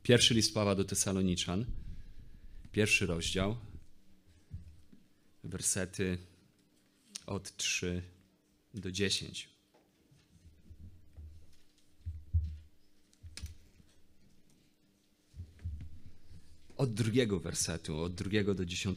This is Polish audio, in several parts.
Pierwszy list Pawła do Tesaloniczan, 1 rozdział, wersety od 3 do 10. Od 2 wersetu, od 2 do 10.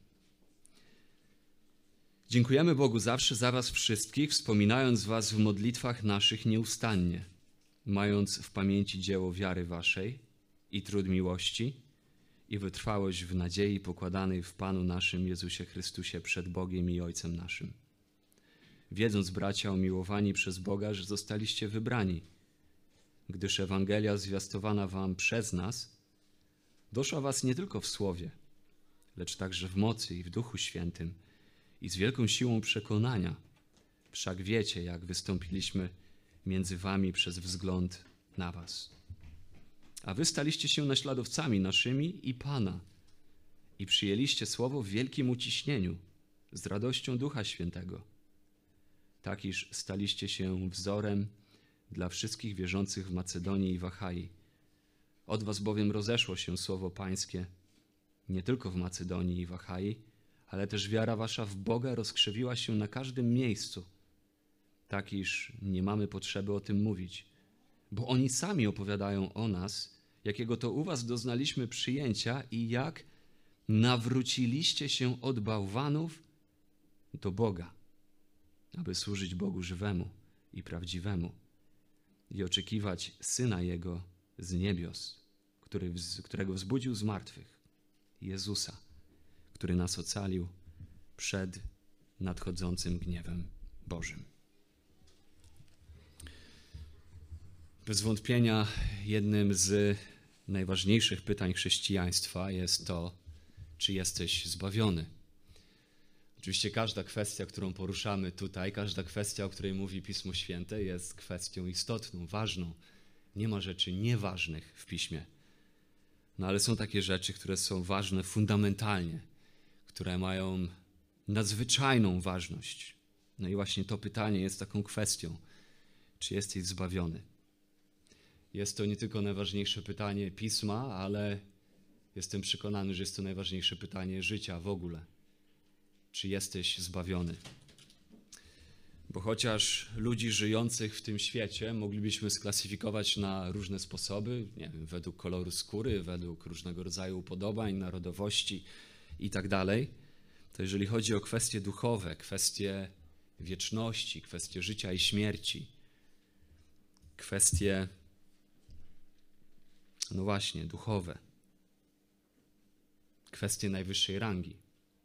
Dziękujemy Bogu zawsze za was wszystkich, wspominając was w modlitwach naszych nieustannie, mając w pamięci dzieło wiary waszej i trud miłości i wytrwałość w nadziei pokładanej w Panu naszym Jezusie Chrystusie przed Bogiem i Ojcem naszym. Wiedząc, bracia umiłowani przez Boga, że zostaliście wybrani, gdyż Ewangelia zwiastowana wam przez nas doszła was nie tylko w słowie, lecz także w mocy i w Duchu Świętym i z wielką siłą przekonania. Wszak wiecie, jak wystąpiliśmy między wami przez wzgląd na was. A wy staliście się naśladowcami naszymi i Pana i przyjęliście słowo w wielkim uciśnieniu, z radością Ducha Świętego, tak iż staliście się wzorem dla wszystkich wierzących w Macedonii i w Achai. Od was bowiem rozeszło się słowo Pańskie, nie tylko w Macedonii i w Achai, ale też wiara wasza w Boga rozkrzewiła się na każdym miejscu, tak iż nie mamy potrzeby o tym mówić, bo oni sami opowiadają o nas, jakiego to u was doznaliśmy przyjęcia i jak nawróciliście się od bałwanów do Boga, aby służyć Bogu żywemu i prawdziwemu i oczekiwać Syna Jego z niebios, którego wzbudził z martwych, Jezusa, który nas ocalił przed nadchodzącym gniewem Bożym. Bez wątpienia jednym z najważniejszych pytań chrześcijaństwa jest to, czy jesteś zbawiony. Oczywiście każda kwestia, którą poruszamy tutaj, każda kwestia, o której mówi Pismo Święte, jest kwestią istotną, ważną. Nie ma rzeczy nieważnych w Piśmie. No ale są takie rzeczy, które są ważne fundamentalnie, które mają nadzwyczajną ważność. No i właśnie to pytanie jest taką kwestią, czy jesteś zbawiony. Jest to nie tylko najważniejsze pytanie Pisma, ale jestem przekonany, że jest to najważniejsze pytanie życia w ogóle. Czy jesteś zbawiony? Bo chociaż ludzi żyjących w tym świecie moglibyśmy sklasyfikować na różne sposoby, nie wiem, według koloru skóry, według różnego rodzaju upodobań, narodowości i tak dalej, to jeżeli chodzi o kwestie duchowe, kwestie wieczności, kwestie życia i śmierci, kwestie, no właśnie, duchowe, kwestie najwyższej rangi,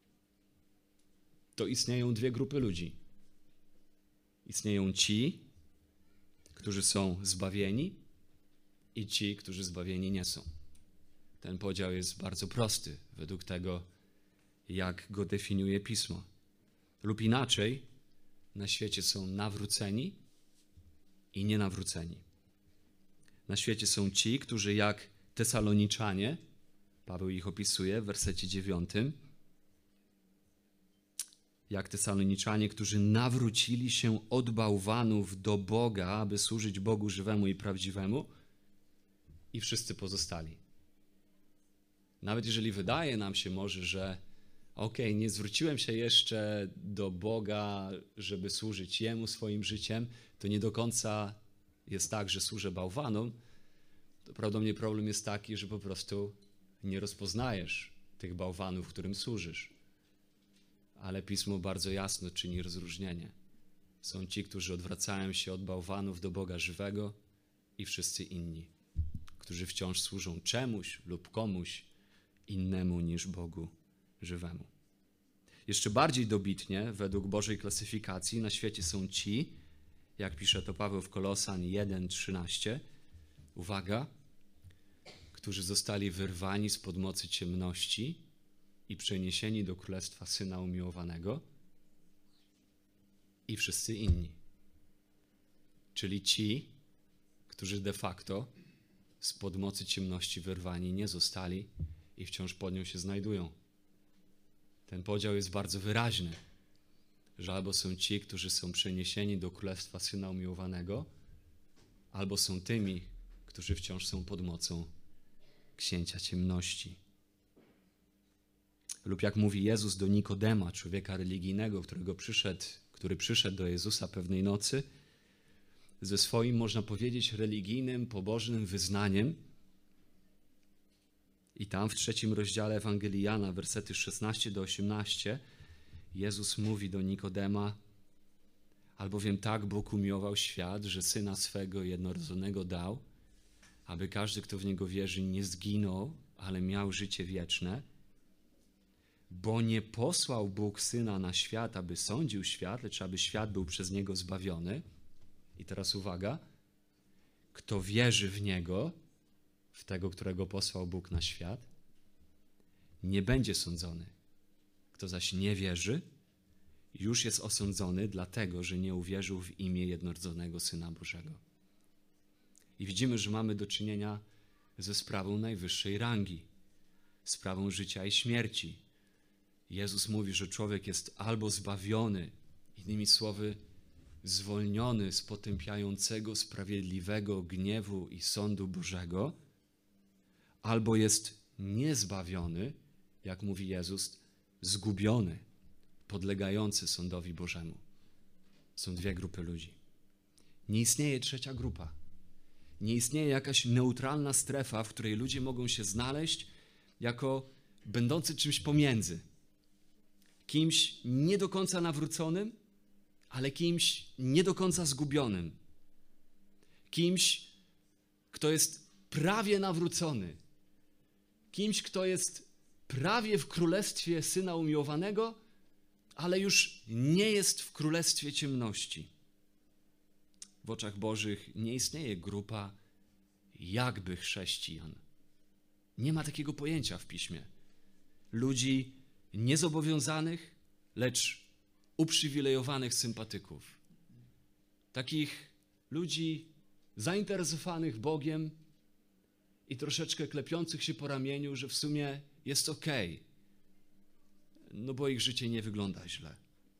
to istnieją dwie grupy ludzi. Istnieją ci, którzy są zbawieni i ci, którzy zbawieni nie są. Ten podział jest bardzo prosty według tego, jak go definiuje Pismo. Lub inaczej, na świecie są nawróceni i nienawróceni. Na świecie są ci, którzy jak Tesaloniczanie, Paweł ich opisuje w wersecie 9, jak Tesaloniczanie, którzy nawrócili się od bałwanów do Boga, aby służyć Bogu żywemu i prawdziwemu, i wszyscy pozostali. Nawet jeżeli wydaje nam się może, że nie zwróciłem się jeszcze do Boga, żeby służyć Jemu swoim życiem, to nie do końca jest tak, że służę bałwanom, to prawdopodobnie problem jest taki, że po prostu nie rozpoznajesz tych bałwanów, którym służysz. Ale Pismo bardzo jasno czyni rozróżnienie. Są ci, którzy odwracają się od bałwanów do Boga żywego i wszyscy inni, którzy wciąż służą czemuś lub komuś innemu niż Bogu żywemu. Jeszcze bardziej dobitnie, według Bożej klasyfikacji, na świecie są ci, jak pisze to Paweł w Kolosan 1:13, uwaga, którzy zostali wyrwani spod mocy ciemności i przeniesieni do Królestwa Syna Umiłowanego, i wszyscy inni. Czyli ci, którzy de facto spod mocy ciemności wyrwani nie zostali i wciąż pod nią się znajdują. Ten podział jest bardzo wyraźny, że albo są ci, którzy są przeniesieni do Królestwa Syna Umiłowanego, albo są tymi, którzy wciąż są pod mocą księcia ciemności. Lub jak mówi Jezus do Nikodema, człowieka religijnego, który przyszedł do Jezusa pewnej nocy, ze swoim, można powiedzieć, religijnym, pobożnym wyznaniem. I tam w 3 rozdziale Ewangelii Jana, wersety 16 do 18, Jezus mówi do Nikodema: albowiem tak Bóg umiłował świat, że Syna swego jednorodzonego dał, aby każdy, kto w Niego wierzy, nie zginął, ale miał życie wieczne. Bo nie posłał Bóg Syna na świat, aby sądził świat, lecz aby świat był przez Niego zbawiony. I teraz uwaga, kto wierzy w Niego, w tego, którego posłał Bóg na świat, nie będzie sądzony. Kto zaś nie wierzy, już jest osądzony, dlatego że nie uwierzył w imię jednorodzonego Syna Bożego. I widzimy, że mamy do czynienia ze sprawą najwyższej rangi, sprawą życia i śmierci. Jezus mówi, że człowiek jest albo zbawiony, innymi słowy, zwolniony z potępiającego, sprawiedliwego gniewu i sądu Bożego, albo jest niezbawiony, jak mówi Jezus, zgubiony, podlegający sądowi Bożemu. Są dwie grupy ludzi. Nie istnieje trzecia grupa. Nie istnieje jakaś neutralna strefa, w której ludzie mogą się znaleźć jako będący czymś pomiędzy. Kimś nie do końca nawróconym, ale kimś nie do końca zgubionym. Kimś, kto jest prawie nawrócony. Kimś, kto jest prawie w królestwie Syna Umiłowanego, ale już nie jest w królestwie ciemności. W oczach Bożych nie istnieje grupa jakby chrześcijan. Nie ma takiego pojęcia w Piśmie. Ludzi niezobowiązanych, lecz uprzywilejowanych sympatyków. Takich ludzi zainteresowanych Bogiem i troszeczkę klepiących się po ramieniu, że w sumie jest okej, no bo ich życie nie wygląda źle.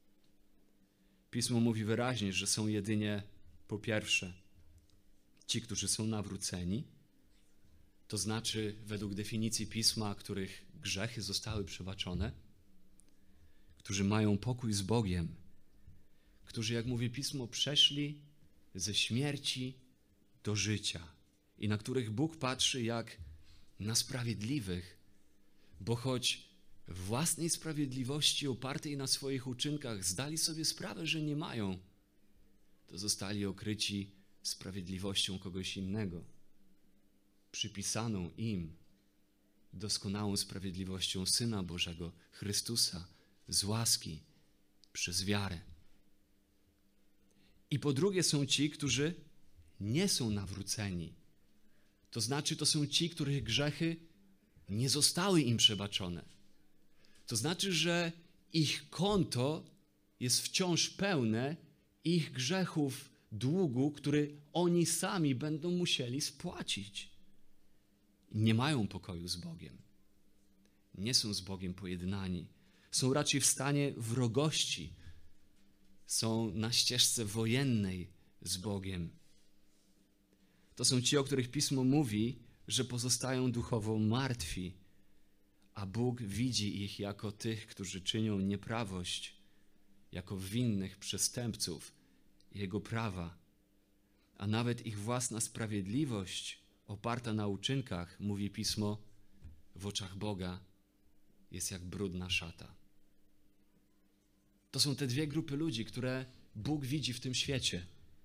Pismo mówi wyraźnie, że są jedynie, po pierwsze, ci, którzy są nawróceni, to znaczy według definicji Pisma, których grzechy zostały przebaczone, którzy mają pokój z Bogiem, którzy, jak mówi Pismo, przeszli ze śmierci do życia i na których Bóg patrzy jak na sprawiedliwych, bo choć własnej sprawiedliwości opartej na swoich uczynkach zdali sobie sprawę, że nie mają, to zostali okryci sprawiedliwością kogoś innego, przypisaną im doskonałą sprawiedliwością Syna Bożego, Chrystusa, z łaski, przez wiarę. I po drugie są ci, którzy nie są nawróceni. To znaczy, to są ci, których grzechy nie zostały im przebaczone. To znaczy, że ich konto jest wciąż pełne ich grzechów, długu, który oni sami będą musieli spłacić. Nie mają pokoju z Bogiem. Nie są z Bogiem pojednani. Są raczej w stanie wrogości. Są na ścieżce wojennej z Bogiem. To są ci, o których Pismo mówi, że pozostają duchowo martwi, a Bóg widzi ich jako tych, którzy czynią nieprawość, jako winnych przestępców Jego prawa. A nawet ich własna sprawiedliwość, oparta na uczynkach, mówi Pismo, w oczach Boga jest jak brudna szata. To są te dwie grupy ludzi, które Bóg widzi w tym świecie.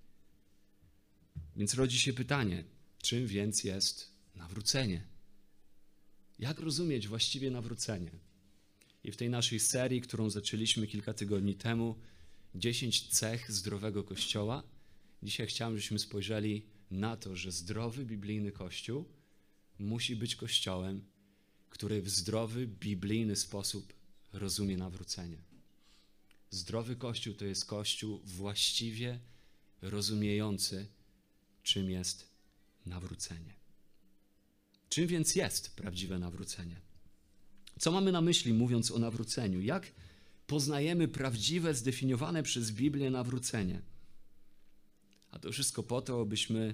Więc rodzi się pytanie, czym więc jest nawrócenie? Jak rozumieć właściwie nawrócenie? I w tej naszej serii, którą zaczęliśmy kilka tygodni temu, 10 cech zdrowego Kościoła, dzisiaj chciałem, żebyśmy spojrzeli na to, że zdrowy, biblijny Kościół musi być Kościołem, który w zdrowy, biblijny sposób rozumie nawrócenie. Zdrowy Kościół to jest Kościół właściwie rozumiejący, czym jest nawrócenie. Czym więc jest prawdziwe nawrócenie? Co mamy na myśli, mówiąc o nawróceniu? Jak poznajemy prawdziwe, zdefiniowane przez Biblię nawrócenie? A to wszystko po to, abyśmy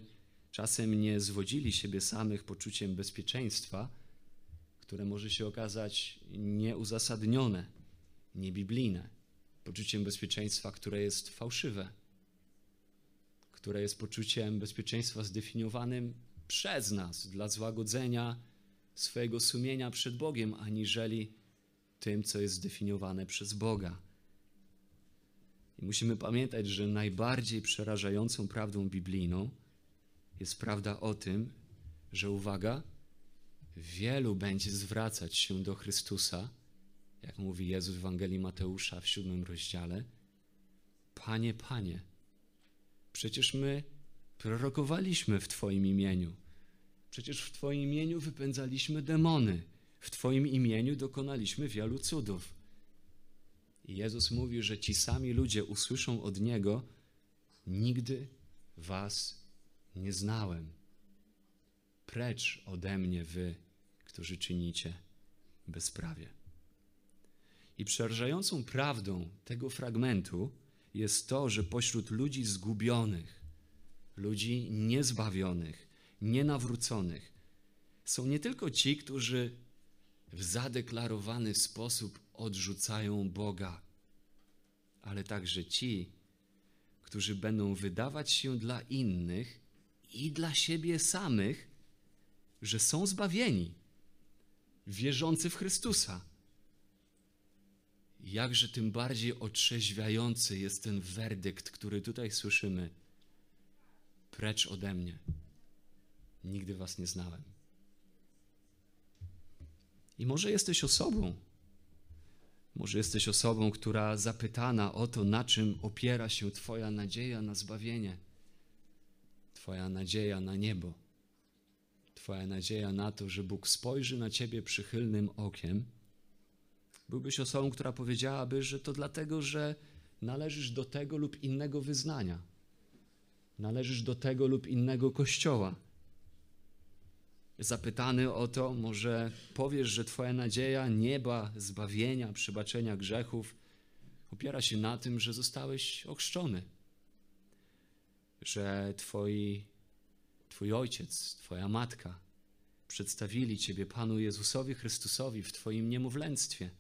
czasem nie zwodzili siebie samych poczuciem bezpieczeństwa, które może się okazać nieuzasadnione, niebiblijne. Poczuciem bezpieczeństwa, które jest fałszywe, które jest poczuciem bezpieczeństwa zdefiniowanym przez nas dla złagodzenia swojego sumienia przed Bogiem, aniżeli tym, co jest zdefiniowane przez Boga. I musimy pamiętać, że najbardziej przerażającą prawdą biblijną jest prawda o tym, że uwaga, wielu będzie zwracać się do Chrystusa, jak mówi Jezus w Ewangelii Mateusza w 7 rozdziale. Panie, Panie, przecież my prorokowaliśmy w Twoim imieniu. Przecież w Twoim imieniu wypędzaliśmy demony. W Twoim imieniu dokonaliśmy wielu cudów. I Jezus mówi, że ci sami ludzie usłyszą od Niego: nigdy was nie znałem. Precz ode mnie wy, którzy czynicie bezprawie. I przerażającą prawdą tego fragmentu jest to, że pośród ludzi zgubionych, ludzi niezbawionych, nienawróconych są nie tylko ci, którzy w zadeklarowany sposób odrzucają Boga, ale także ci, którzy będą wydawać się dla innych i dla siebie samych, że są zbawieni, wierzący w Chrystusa. Jakże tym bardziej otrzeźwiający jest ten werdykt, który tutaj słyszymy. Precz ode mnie. Nigdy was nie znałem. I może jesteś osobą, która zapytana o to, na czym opiera się Twoja nadzieja na zbawienie, Twoja nadzieja na niebo, Twoja nadzieja na to, że Bóg spojrzy na Ciebie przychylnym okiem. Byłbyś osobą, która powiedziałaby, że to dlatego, że należysz do tego lub innego wyznania, należysz do tego lub innego kościoła. Zapytany o to, może powiesz, że Twoja nadzieja nieba, zbawienia, przebaczenia grzechów opiera się na tym, że zostałeś ochrzczony, że Twój ojciec, Twoja matka przedstawili Ciebie Panu Jezusowi Chrystusowi w Twoim niemowlęctwie.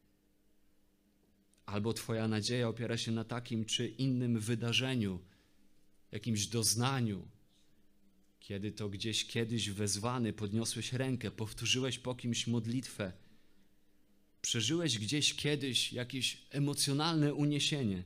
Albo Twoja nadzieja opiera się na takim czy innym wydarzeniu, jakimś doznaniu, kiedy to gdzieś kiedyś wezwany podniosłeś rękę, powtórzyłeś po kimś modlitwę, przeżyłeś gdzieś kiedyś jakieś emocjonalne uniesienie.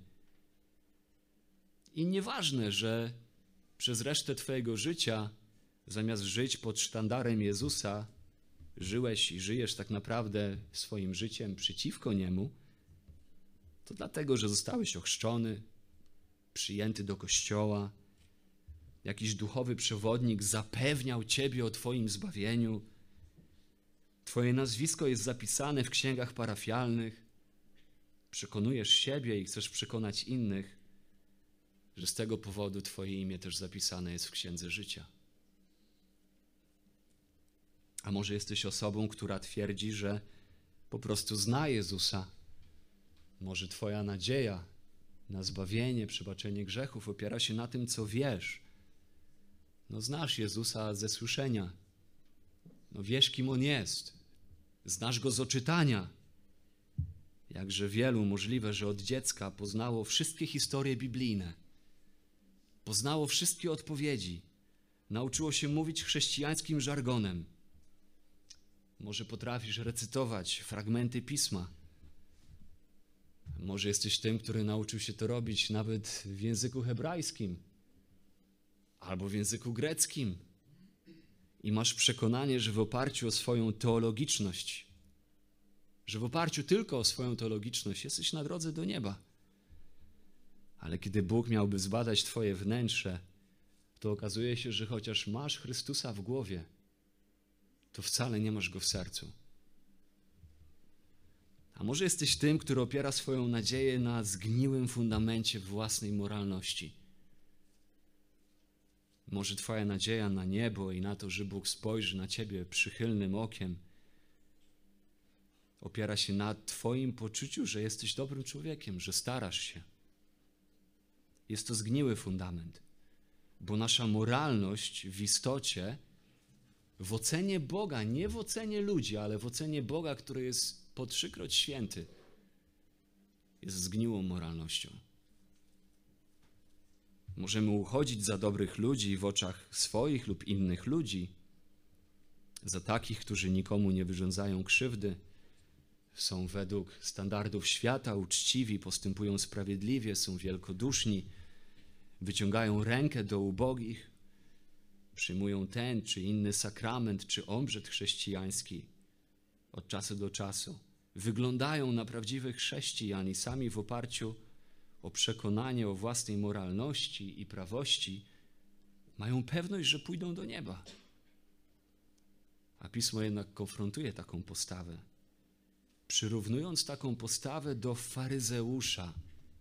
I nieważne, że przez resztę Twojego życia, zamiast żyć pod sztandarem Jezusa, żyłeś i żyjesz tak naprawdę swoim życiem przeciwko Niemu, to dlatego, że zostałeś ochrzczony, przyjęty do kościoła, jakiś duchowy przewodnik zapewniał Ciebie o Twoim zbawieniu, Twoje nazwisko jest zapisane w księgach parafialnych, przekonujesz siebie i chcesz przekonać innych, że z tego powodu Twoje imię też zapisane jest w Księdze Życia. A może jesteś osobą, która twierdzi, że po prostu zna Jezusa. Może Twoja nadzieja na zbawienie, przebaczenie grzechów opiera się na tym, co wiesz. No znasz Jezusa ze słyszenia. No wiesz, kim On jest. Znasz Go z oczytania. Jakże wielu możliwe, że od dziecka poznało wszystkie historie biblijne. Poznało wszystkie odpowiedzi. Nauczyło się mówić chrześcijańskim żargonem. Może potrafisz recytować fragmenty Pisma. Może jesteś tym, który nauczył się to robić nawet w języku hebrajskim albo w języku greckim. I masz przekonanie, że w oparciu o swoją teologiczność, że w oparciu tylko o swoją teologiczność jesteś na drodze do nieba. Ale kiedy Bóg miałby zbadać Twoje wnętrze, to okazuje się, że chociaż masz Chrystusa w głowie, to wcale nie masz Go w sercu. A może jesteś tym, który opiera swoją nadzieję na zgniłym fundamencie własnej moralności. Może Twoja nadzieja na niebo i na to, że Bóg spojrzy na Ciebie przychylnym okiem, opiera się na Twoim poczuciu, że jesteś dobrym człowiekiem, że starasz się. Jest to zgniły fundament. Bo nasza moralność w istocie, w ocenie Boga, nie w ocenie ludzi, ale w ocenie Boga, który jest po 3-kroć święty, jest zgniłą moralnością. Możemy uchodzić za dobrych ludzi w oczach swoich lub innych ludzi, za takich, którzy nikomu nie wyrządzają krzywdy, są według standardów świata uczciwi, postępują sprawiedliwie, są wielkoduszni, wyciągają rękę do ubogich, przyjmują ten czy inny sakrament czy obrzęd chrześcijański od czasu do czasu. Wyglądają na prawdziwych chrześcijan i sami w oparciu o przekonanie o własnej moralności i prawości mają pewność, że pójdą do nieba. A Pismo jednak konfrontuje taką postawę, przyrównując taką postawę do faryzeusza,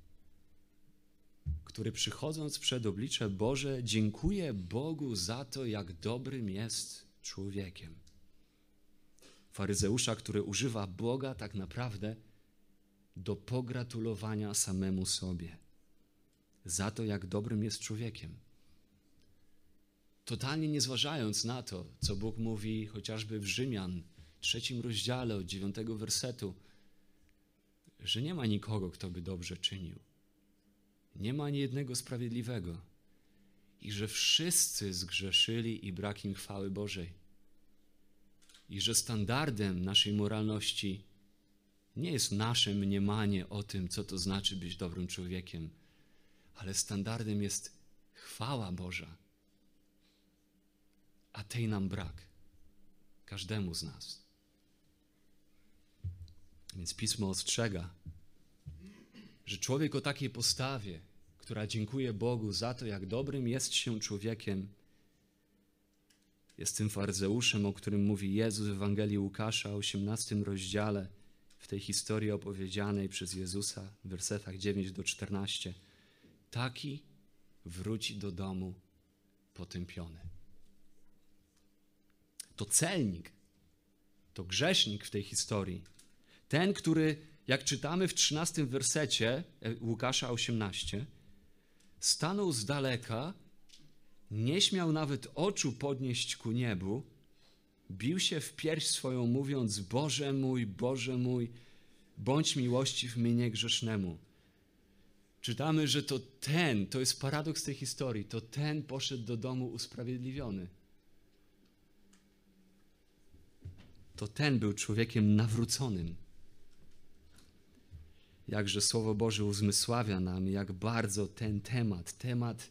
który przychodząc przed oblicze Boże dziękuje Bogu za to, jak dobrym jest człowiekiem. Faryzeusza, który używa Boga tak naprawdę do pogratulowania samemu sobie za to, jak dobrym jest człowiekiem. Totalnie nie zważając na to, co Bóg mówi chociażby w Rzymian, 3 rozdziale od 9 wersetu, że nie ma nikogo, kto by dobrze czynił. Nie ma ani jednego sprawiedliwego. I że wszyscy zgrzeszyli i brak im chwały Bożej. I że standardem naszej moralności nie jest nasze mniemanie o tym, co to znaczy być dobrym człowiekiem, ale standardem jest chwała Boża. A tej nam brak. Każdemu z nas. Więc Pismo ostrzega, że człowiek o takiej postawie, która dziękuje Bogu za to, jak dobrym jest się człowiekiem, jest tym faryzeuszem, o którym mówi Jezus w Ewangelii Łukasza, 18 rozdziale, w tej historii opowiedzianej przez Jezusa w wersetach 9 do 14. Taki wróci do domu potępiony. To celnik, to grzesznik w tej historii. Ten, który, jak czytamy w 13 wersecie Łukasza 18, stanął z daleka, nie śmiał nawet oczu podnieść ku niebu, bił się w pierś swoją, mówiąc: Boże mój, bądź miłościw mnie grzesznemu. Czytamy, że to jest paradoks tej historii, to ten poszedł do domu usprawiedliwiony. To ten był człowiekiem nawróconym. Jakże Słowo Boże uzmysławia nam, jak bardzo ten temat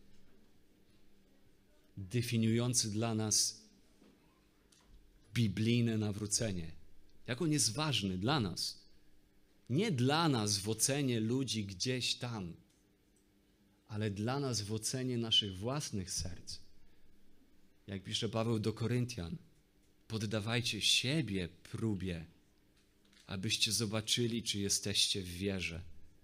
definiujący dla nas biblijne nawrócenie, jak on jest ważny dla nas. Nie dla nas w ocenie ludzi gdzieś tam, ale dla nas w ocenie naszych własnych serc. Jak pisze Paweł do Koryntian, poddawajcie siebie próbie, abyście zobaczyli, czy jesteście w wierze.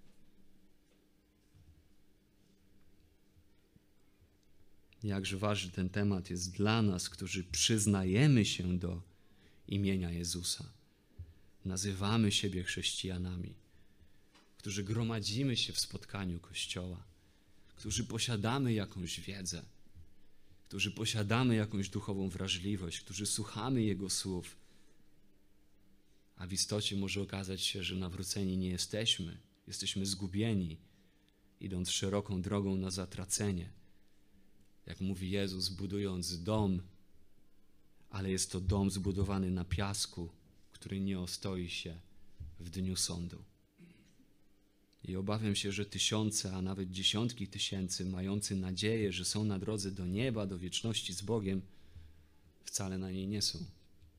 Jakże ważny ten temat jest dla nas, którzy przyznajemy się do imienia Jezusa. Nazywamy siebie chrześcijanami, którzy gromadzimy się w spotkaniu Kościoła, którzy posiadamy jakąś wiedzę, którzy posiadamy jakąś duchową wrażliwość, którzy słuchamy Jego słów, a w istocie może okazać się, że nawróceni nie jesteśmy, jesteśmy zgubieni, idąc szeroką drogą na zatracenie. Jak mówi Jezus, budując dom, ale jest to dom zbudowany na piasku, który nie ostoi się w dniu sądu. I obawiam się, że tysiące, a nawet dziesiątki tysięcy mający nadzieję, że są na drodze do nieba, do wieczności z Bogiem, wcale na niej nie są.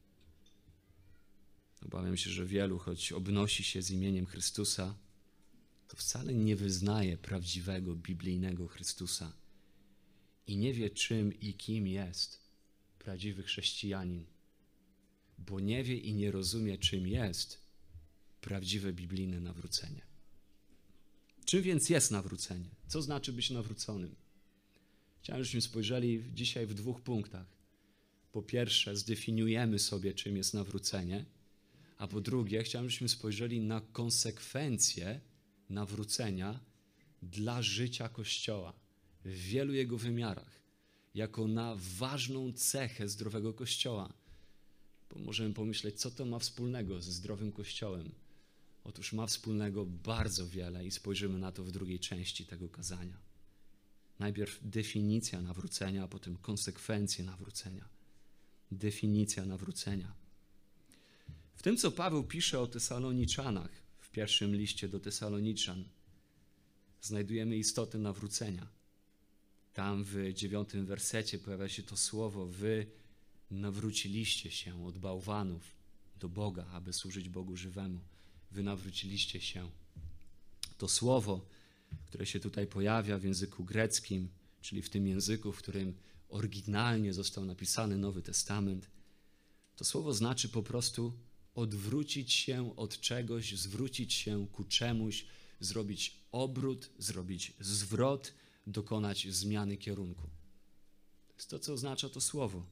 Obawiam się, że wielu, choć obnosi się z imieniem Chrystusa, to wcale nie wyznaje prawdziwego, biblijnego Chrystusa i nie wie, czym i kim jest prawdziwy chrześcijanin, bo nie wie i nie rozumie, czym jest prawdziwe biblijne nawrócenie. Czym więc jest nawrócenie? Co znaczy być nawróconym? Chciałem, żebyśmy spojrzeli dzisiaj w 2 punktach. Po pierwsze, zdefiniujemy sobie, czym jest nawrócenie, a po drugie, chciałem, żebyśmy spojrzeli na konsekwencje nawrócenia dla życia Kościoła, w wielu jego wymiarach, jako na ważną cechę zdrowego Kościoła. Bo możemy pomyśleć, co to ma wspólnego ze zdrowym Kościołem. Otóż ma wspólnego bardzo wiele i spojrzymy na to w drugiej części tego kazania. Najpierw definicja nawrócenia, a potem konsekwencje nawrócenia. Definicja nawrócenia. W tym, co Paweł pisze o Tesaloniczanach, w pierwszym liście do Tesaloniczan, znajdujemy istotę nawrócenia. Tam w 9 wersecie pojawia się to słowo: wy nawróciliście się od bałwanów do Boga, aby służyć Bogu żywemu. Wy nawróciliście się. To słowo, które się tutaj pojawia w języku greckim, czyli w tym języku, w którym oryginalnie został napisany Nowy Testament, to słowo znaczy po prostu odwrócić się od czegoś, zwrócić się ku czemuś, zrobić obrót, zrobić zwrot, dokonać zmiany kierunku. To jest to, co oznacza to słowo.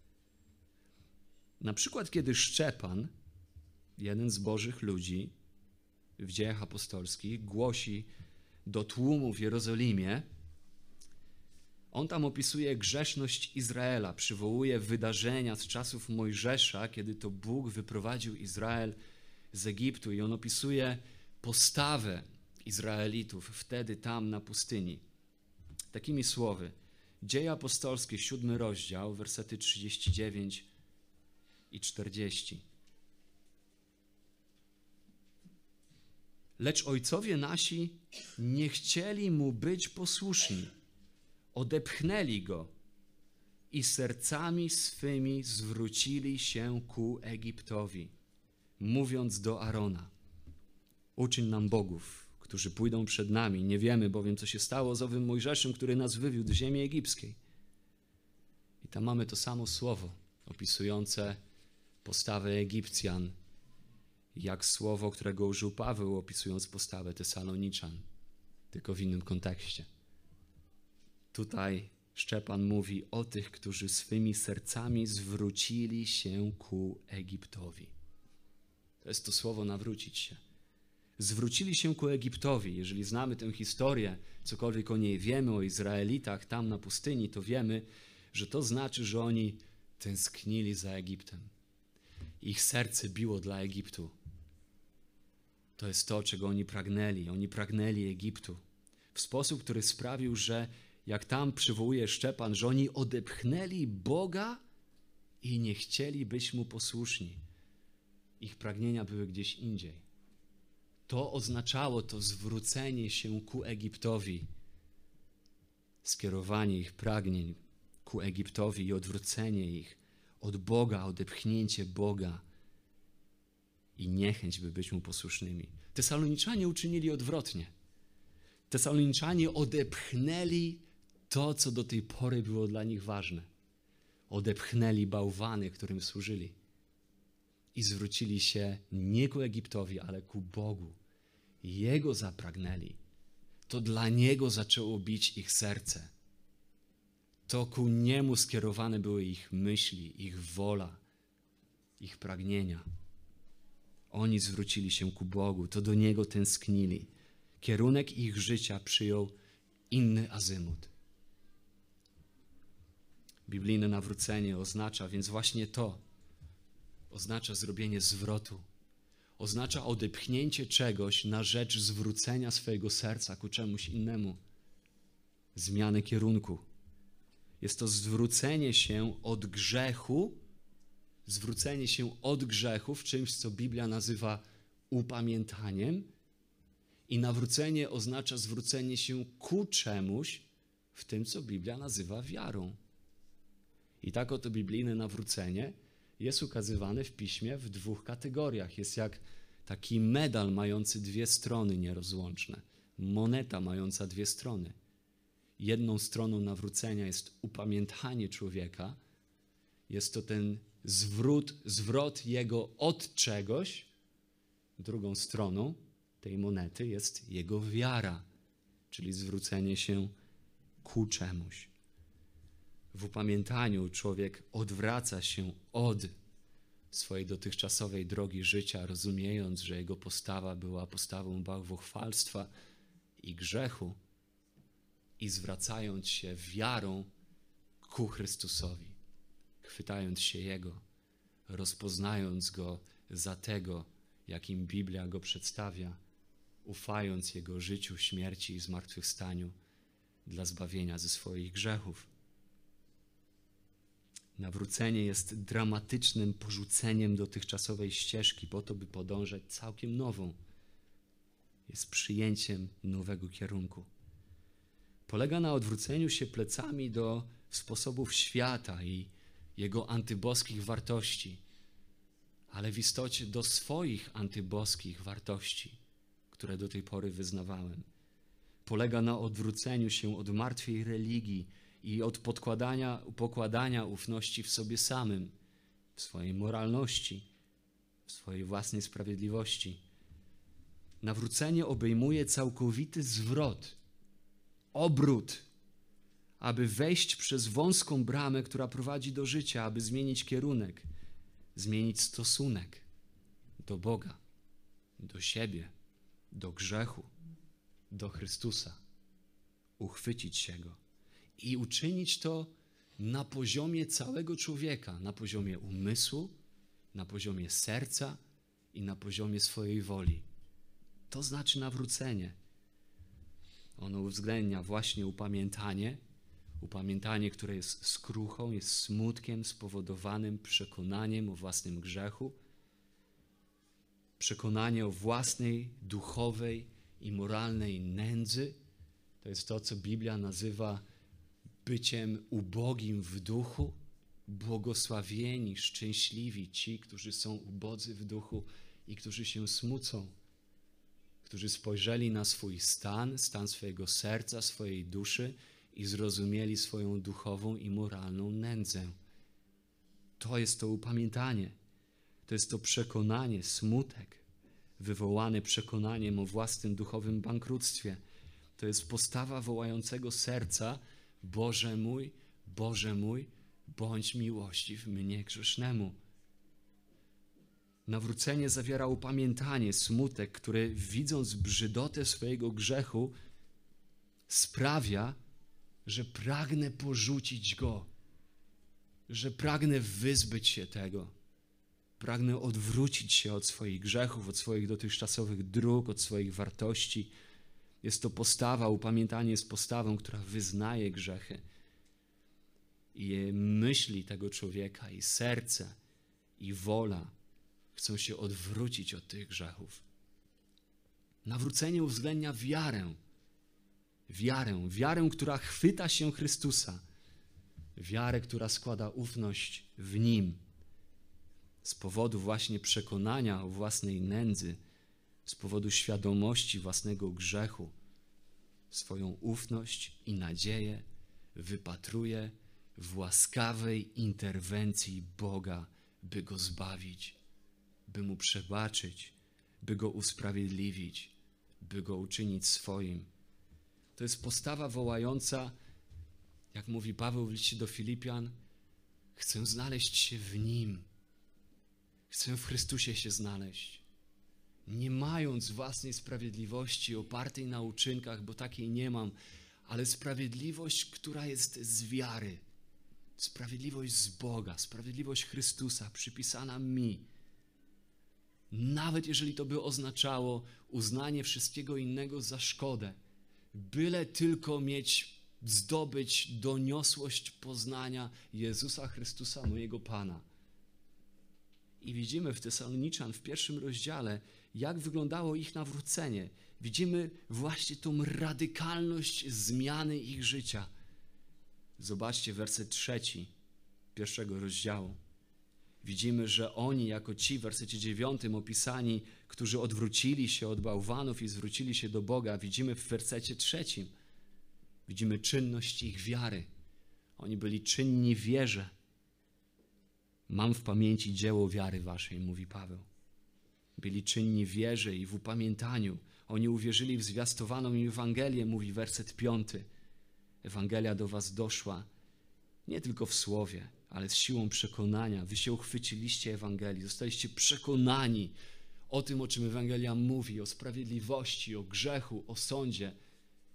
Na przykład, kiedy Szczepan, jeden z Bożych ludzi w Dziejach Apostolskich, głosi do tłumu w Jerozolimie, on tam opisuje grzeszność Izraela, przywołuje wydarzenia z czasów Mojżesza, kiedy to Bóg wyprowadził Izrael z Egiptu, i on opisuje postawę Izraelitów wtedy tam na pustyni. Takimi słowy: Dzieje Apostolskie, 7 rozdział, wersety 39 i 40. Lecz ojcowie nasi nie chcieli mu być posłuszni. Odepchnęli go i sercami swymi zwrócili się ku Egiptowi, mówiąc do Arona: uczyń nam bogów, którzy pójdą przed nami. Nie wiemy bowiem, co się stało z owym Mojżeszem, który nas wywiódł z ziemi egipskiej. I tam mamy to samo słowo opisujące postawę Egipcjan, jak słowo, którego użył Paweł, opisując postawę Tesaloniczan, tylko w innym kontekście. Tutaj Szczepan mówi o tych, którzy swymi sercami zwrócili się ku Egiptowi. To jest to słowo nawrócić się. Zwrócili się ku Egiptowi. Jeżeli znamy tę historię, cokolwiek o niej wiemy, o Izraelitach tam na pustyni, to wiemy, że to znaczy, że oni tęsknili za Egiptem. Ich serce biło dla Egiptu. To jest to, czego oni pragnęli. Oni pragnęli Egiptu w sposób, który sprawił, że jak tam przywołuje Szczepan, że oni odepchnęli Boga i nie chcieli być Mu posłuszni. Ich pragnienia były gdzieś indziej. To oznaczało to zwrócenie się ku Egiptowi, skierowanie ich pragnień ku Egiptowi i odwrócenie ich od Boga, odepchnięcie Boga i niechęć, by być Mu posłusznymi. Tesaloniczanie uczynili odwrotnie. Tesaloniczanie odepchnęli to, co do tej pory było dla nich ważne. Odepchnęli bałwany, którym służyli. I zwrócili się nie ku Egiptowi, ale ku Bogu. Jego zapragnęli. To dla Niego zaczęło bić ich serce. To ku Niemu skierowane były ich myśli, ich wola, ich pragnienia. Oni zwrócili się ku Bogu, to do Niego tęsknili. Kierunek ich życia przyjął inny azymut. Biblijne nawrócenie oznacza więc właśnie to. Oznacza zrobienie zwrotu. Oznacza odepchnięcie czegoś na rzecz zwrócenia swojego serca ku czemuś innemu. Zmianę kierunku. Jest to zwrócenie się od grzechu, w czymś, co Biblia nazywa upamiętaniem, i nawrócenie oznacza zwrócenie się ku czemuś w tym, co Biblia nazywa wiarą. I tak oto biblijne nawrócenie jest ukazywane w Piśmie w 2 kategoriach. Jest jak taki medal mający 2 strony nierozłączne. Moneta mająca 2 strony. Jedną stroną nawrócenia jest upamiętanie człowieka. Jest to ten zwrot jego od czegoś. Drugą stroną tej monety jest jego wiara, czyli zwrócenie się ku czemuś. W upamiętaniu człowiek odwraca się od swojej dotychczasowej drogi życia, rozumiejąc, że jego postawa była postawą bałwochwalstwa i grzechu, i zwracając się wiarą ku Chrystusowi, chwytając się Jego, rozpoznając Go za tego, jakim Biblia Go przedstawia, ufając Jego życiu, śmierci i zmartwychwstaniu dla zbawienia ze swoich grzechów. Nawrócenie jest dramatycznym porzuceniem dotychczasowej ścieżki po to, by podążać całkiem nową. Jest przyjęciem nowego kierunku. Polega na odwróceniu się plecami do sposobów świata i jego antyboskich wartości, ale w istocie do swoich antyboskich wartości, które do tej pory wyznawałem. Polega na odwróceniu się od martwej religii i od pokładania ufności w sobie samym, w swojej moralności, w swojej własnej sprawiedliwości. Nawrócenie obejmuje całkowity zwrot, obrót, aby wejść przez wąską bramę, która prowadzi do życia, aby zmienić kierunek, zmienić stosunek do Boga, do siebie, do grzechu, do Chrystusa, uchwycić się Go i uczynić to na poziomie całego człowieka, na poziomie umysłu, na poziomie serca i na poziomie swojej woli. To znaczy nawrócenie. Ono uwzględnia właśnie upamiętanie, które jest skruchą, jest smutkiem spowodowanym przekonaniem o własnym grzechu, przekonanie o własnej duchowej i moralnej nędzy. To jest to, co Biblia nazywa byciem ubogim w duchu. Błogosławieni, szczęśliwi ci, którzy są ubodzy w duchu i którzy się smucą, którzy spojrzeli na swój stan swojego serca, swojej duszy i zrozumieli swoją duchową i moralną nędzę. To jest to upamiętanie. To jest to przekonanie, smutek, wywołany przekonaniem o własnym duchowym bankructwie. To jest postawa wołającego serca: Boże mój, bądź miłościw mnie grzesznemu. Nawrócenie zawiera upamiętanie, smutek, który widząc brzydotę swojego grzechu sprawia, że pragnę porzucić go, że pragnę wyzbyć się tego. Pragnę odwrócić się od swoich grzechów, od swoich dotychczasowych dróg, od swoich wartości. Jest to postawa, upamiętanie jest postawą, która wyznaje grzechy. I myśli tego człowieka, i serce, i wola chcą się odwrócić od tych grzechów. Nawrócenie uwzględnia wiarę, która chwyta się Chrystusa, wiarę, która składa ufność w Nim. Z powodu właśnie przekonania o własnej nędzy, z powodu świadomości własnego grzechu, swoją ufność i nadzieję wypatruje w łaskawej interwencji Boga, by go zbawić, by mu przebaczyć, by go usprawiedliwić, by go uczynić swoim. To jest postawa wołająca, jak mówi Paweł w liście do Filipian: chcę znaleźć się w Nim. Chcę w Chrystusie się znaleźć. Nie mając własnej sprawiedliwości opartej na uczynkach, bo takiej nie mam, ale sprawiedliwość, która jest z wiary. Sprawiedliwość z Boga, sprawiedliwość Chrystusa przypisana mi. Nawet jeżeli to by oznaczało uznanie wszystkiego innego za szkodę, byle tylko zdobyć doniosłość poznania Jezusa Chrystusa, mojego Pana. I widzimy w Tesaloniczan w 1 rozdziale, jak wyglądało ich nawrócenie. Widzimy właśnie tą radykalność zmiany ich życia. Zobaczcie werset 3 1 rozdziału. Widzimy, że oni jako ci w wersecie 9 opisani, którzy odwrócili się od bałwanów i zwrócili się do Boga, widzimy w wersecie 3. Widzimy czynność ich wiary. Oni byli czynni w wierze. Mam w pamięci dzieło wiary waszej, mówi Paweł. Byli czynni w wierze i w upamiętaniu. Oni uwierzyli w zwiastowaną im Ewangelię, mówi werset 5. Ewangelia do was doszła nie tylko w słowie, ale z siłą przekonania. Wy się uchwyciliście Ewangelii, zostaliście przekonani o tym, o czym Ewangelia mówi, o sprawiedliwości, o grzechu, o sądzie.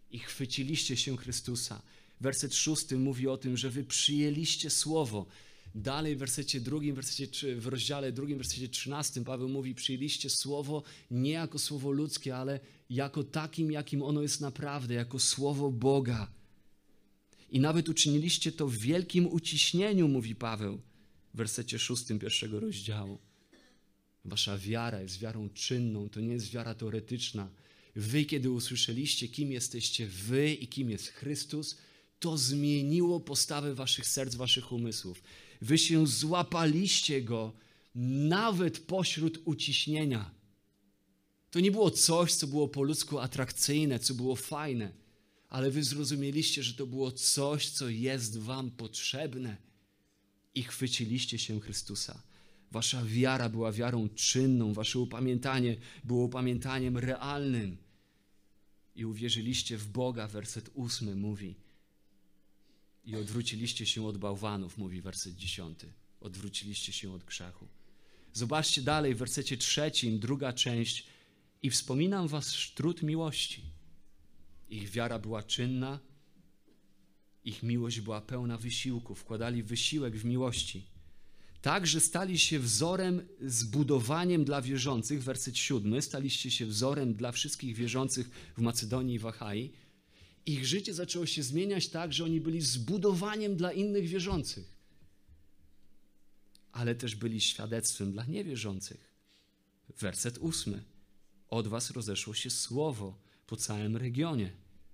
i chwyciliście się Chrystusa. Werset 6 mówi o tym, że wy przyjęliście słowo. Dalej w wersecie 2, w rozdziale 2, wersecie 13 Paweł mówi, przyjęliście słowo nie jako słowo ludzkie, ale jako takim, jakim ono jest naprawdę, jako słowo Boga. I nawet uczyniliście to w wielkim uciśnieniu, mówi Paweł w wersecie 6 pierwszego rozdziału. Wasza wiara jest wiarą czynną, to nie jest wiara teoretyczna. Wy, kiedy usłyszeliście, kim jesteście wy i kim jest Chrystus, to zmieniło postawę waszych serc, waszych umysłów. Wy się złapaliście Go nawet pośród uciśnienia. To nie było coś, co było po ludzku atrakcyjne, co było fajne, ale wy zrozumieliście, że to było coś, co jest wam potrzebne i chwyciliście się Chrystusa. Wasza wiara była wiarą czynną, wasze upamiętanie było upamiętaniem realnym i uwierzyliście w Boga, werset 8 mówi. I odwróciliście się od bałwanów, mówi werset 10. Odwróciliście się od grzechu. Zobaczcie dalej w wersecie 3, druga część. I wspominam wasz trud miłości. Ich wiara była czynna, ich miłość była pełna wysiłku. Wkładali wysiłek w miłości. Tak, że stali się wzorem, zbudowaniem dla wierzących. Werset 7. Staliście się wzorem dla wszystkich wierzących w Macedonii i w Achai. Ich życie zaczęło się zmieniać tak, że oni byli zbudowaniem dla innych wierzących, ale też byli świadectwem dla niewierzących. Werset 8. Od was rozeszło się słowo po całym regionie.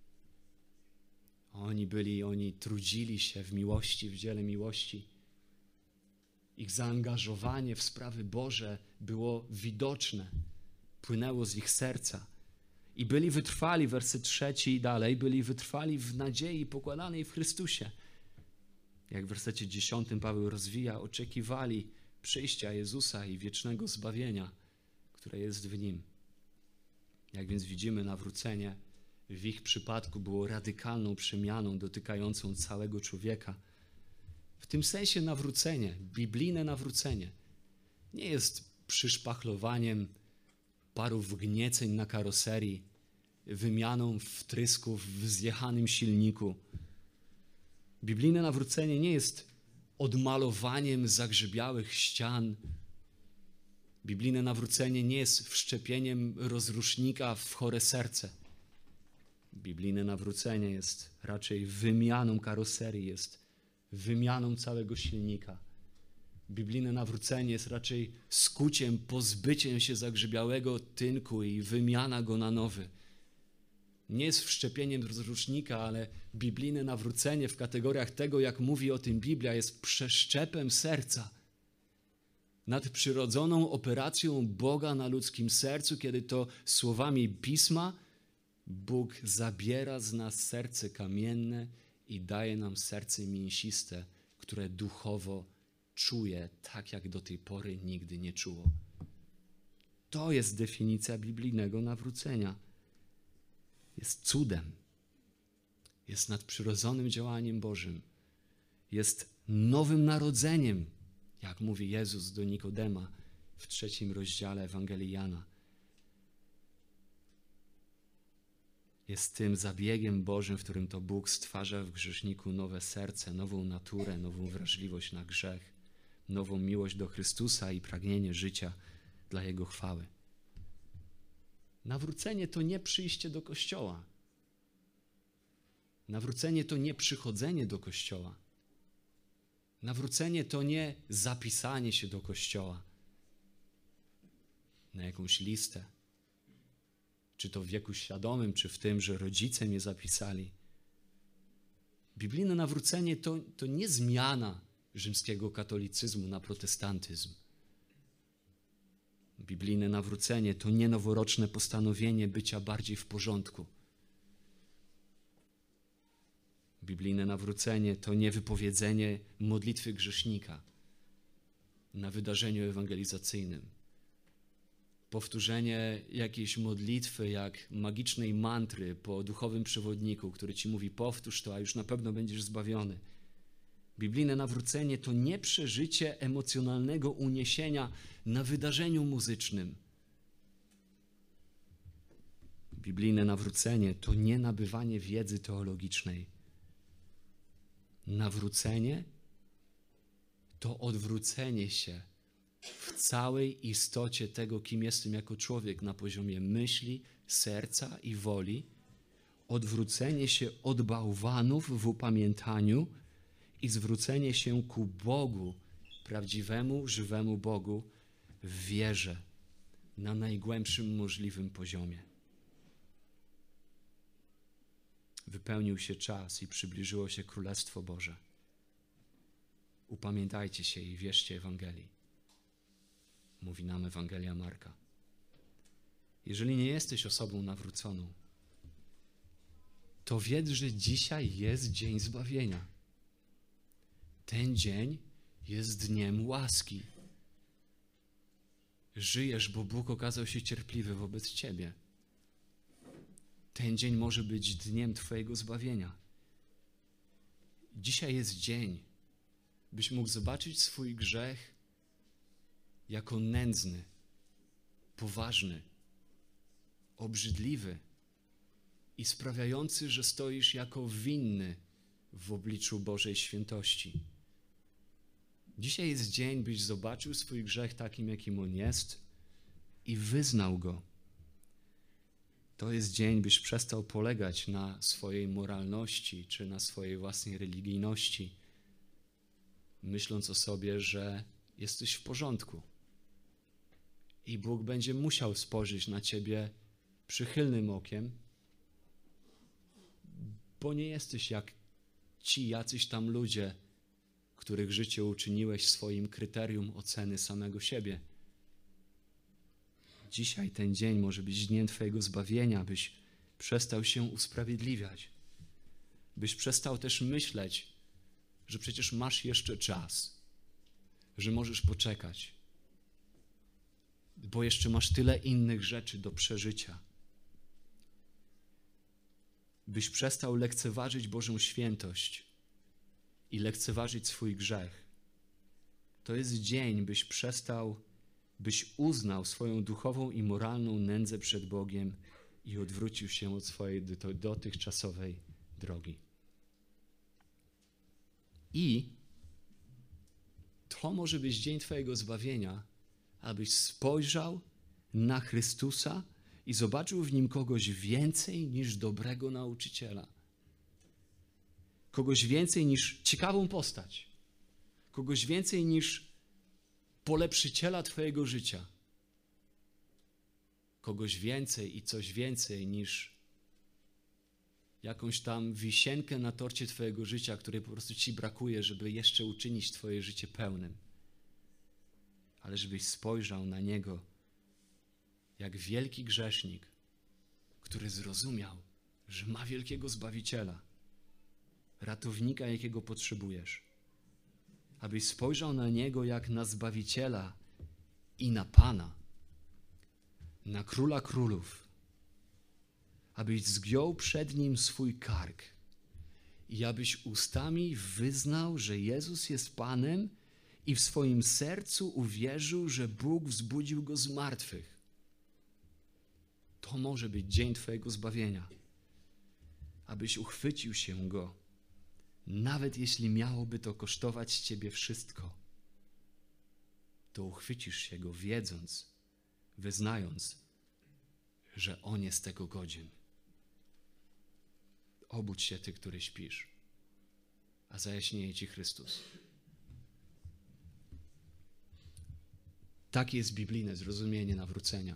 Oni trudzili się w miłości, w dziele miłości. Ich zaangażowanie w sprawy Boże było widoczne, płynęło z ich serca. I byli wytrwali, werset 3 i dalej, byli wytrwali w nadziei pokładanej w Chrystusie. Jak w wersecie 10 Paweł rozwija, oczekiwali przyjścia Jezusa i wiecznego zbawienia, które jest w Nim. Jak więc widzimy, nawrócenie w ich przypadku było radykalną przemianą dotykającą całego człowieka. W tym sensie nawrócenie, biblijne nawrócenie, nie jest przyszpachlowaniem paru wgnieceń na karoserii, wymianą wtrysków w zjechanym silniku. Biblijne nawrócenie nie jest odmalowaniem zagrzybiałych ścian. Biblijne nawrócenie nie jest wszczepieniem rozrusznika w chore serce. Biblijne nawrócenie jest raczej wymianą karoserii, jest wymianą całego silnika. Biblijne nawrócenie jest raczej skuciem, pozbyciem się zagrzybiałego tynku i wymiana go na nowy. Nie jest wszczepieniem rozrusznika, ale biblijne nawrócenie w kategoriach tego, jak mówi o tym Biblia, jest przeszczepem serca. Nadprzyrodzoną operacją Boga na ludzkim sercu, kiedy to słowami Pisma Bóg zabiera z nas serce kamienne i daje nam serce mięsiste, które duchowo czuje tak, jak do tej pory nigdy nie czuło. To jest definicja biblijnego nawrócenia. Jest cudem. Jest nadprzyrodzonym działaniem Bożym. Jest nowym narodzeniem, jak mówi Jezus do Nikodema w 3 rozdziale Ewangelii Jana. Jest tym zabiegiem Bożym, w którym to Bóg stwarza w grzeszniku nowe serce, nową naturę, nową wrażliwość na grzech, nową miłość do Chrystusa i pragnienie życia dla Jego chwały. Nawrócenie to nie przyjście do kościoła. Nawrócenie to nie przychodzenie do kościoła. Nawrócenie to nie zapisanie się do kościoła na jakąś listę, czy to w wieku świadomym, czy w tym, że rodzice mnie zapisali. Biblijne nawrócenie to nie zmiana rzymskiego katolicyzmu na protestantyzm. Biblijne nawrócenie to nie noworoczne postanowienie bycia bardziej w porządku. Biblijne nawrócenie to nie wypowiedzenie modlitwy grzesznika na wydarzeniu ewangelizacyjnym. Powtórzenie jakiejś modlitwy jak magicznej mantry po duchowym przewodniku, który ci mówi powtórz to, a już na pewno będziesz zbawiony. Biblijne nawrócenie to nie przeżycie emocjonalnego uniesienia na wydarzeniu muzycznym. Biblijne nawrócenie to nie nabywanie wiedzy teologicznej. Nawrócenie to odwrócenie się w całej istocie tego, kim jestem jako człowiek na poziomie myśli, serca i woli. Odwrócenie się od bałwanów w upamiętaniu i zwrócenie się ku Bogu, prawdziwemu, żywemu Bogu w wierze na najgłębszym możliwym poziomie. Wypełnił się czas i przybliżyło się Królestwo Boże. Upamiętajcie się i wierzcie Ewangelii. Mówi nam Ewangelia Marka. Jeżeli nie jesteś osobą nawróconą, to wiedz, że dzisiaj jest dzień zbawienia. Ten dzień jest dniem łaski. Żyjesz, bo Bóg okazał się cierpliwy wobec ciebie. Ten dzień może być dniem twojego zbawienia. Dzisiaj jest dzień, byś mógł zobaczyć swój grzech jako nędzny, poważny, obrzydliwy i sprawiający, że stoisz jako winny w obliczu Bożej świętości. Dzisiaj jest dzień, byś zobaczył swój grzech takim, jakim on jest i wyznał go. To jest dzień, byś przestał polegać na swojej moralności czy na swojej własnej religijności, myśląc o sobie, że jesteś w porządku. I Bóg będzie musiał spojrzeć na ciebie przychylnym okiem, bo nie jesteś jak ci jacyś tam ludzie, których życie uczyniłeś swoim kryterium oceny samego siebie. Dzisiaj ten dzień może być dniem twojego zbawienia, byś przestał się usprawiedliwiać. Byś przestał też myśleć, że przecież masz jeszcze czas, że możesz poczekać, bo jeszcze masz tyle innych rzeczy do przeżycia. Byś przestał lekceważyć Bożą świętość i lekceważyć swój grzech. To jest dzień, byś uznał swoją duchową i moralną nędzę przed Bogiem i odwrócił się od swojej dotychczasowej drogi. I to może być dzień twojego zbawienia, abyś spojrzał na Chrystusa i zobaczył w Nim kogoś więcej niż dobrego nauczyciela. Kogoś więcej niż ciekawą postać. Kogoś więcej niż polepszyciela twojego życia. Kogoś więcej i coś więcej niż jakąś tam wisienkę na torcie twojego życia, której po prostu ci brakuje, żeby jeszcze uczynić twoje życie pełnym. Ale żebyś spojrzał na Niego jak wielki grzesznik, który zrozumiał, że ma wielkiego Zbawiciela, ratownika, jakiego potrzebujesz. Abyś spojrzał na Niego jak na Zbawiciela i na Pana, na Króla Królów. Abyś zgiął przed Nim swój kark i abyś ustami wyznał, że Jezus jest Panem i w swoim sercu uwierzył, że Bóg wzbudził Go z martwych. To może być dzień twojego zbawienia. Abyś uchwycił się Go, nawet jeśli miałoby to kosztować ciebie wszystko, to uchwycisz się Go wiedząc, wyznając, że On jest tego godzien. Obudź się, ty, który śpisz, a zajaśnieje ci Chrystus. Takie jest biblijne zrozumienie nawrócenia.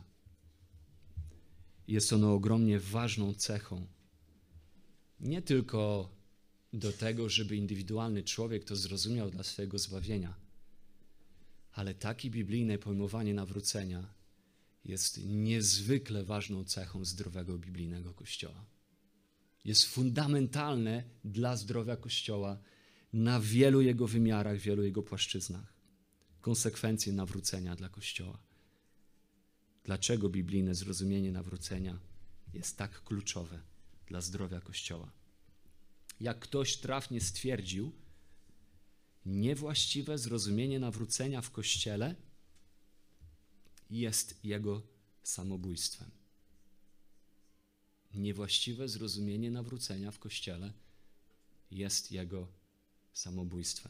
Jest ono ogromnie ważną cechą. Nie tylko do tego, żeby indywidualny człowiek to zrozumiał dla swojego zbawienia, ale takie biblijne pojmowanie nawrócenia jest niezwykle ważną cechą zdrowego biblijnego Kościoła. Jest fundamentalne dla zdrowia Kościoła na wielu jego wymiarach, wielu jego płaszczyznach. Konsekwencje nawrócenia dla Kościoła. Dlaczego biblijne zrozumienie nawrócenia jest tak kluczowe dla zdrowia Kościoła? Jak ktoś trafnie stwierdził, niewłaściwe zrozumienie nawrócenia w Kościele jest jego samobójstwem. niewłaściwe zrozumienie nawrócenia w Kościele jest jego samobójstwem.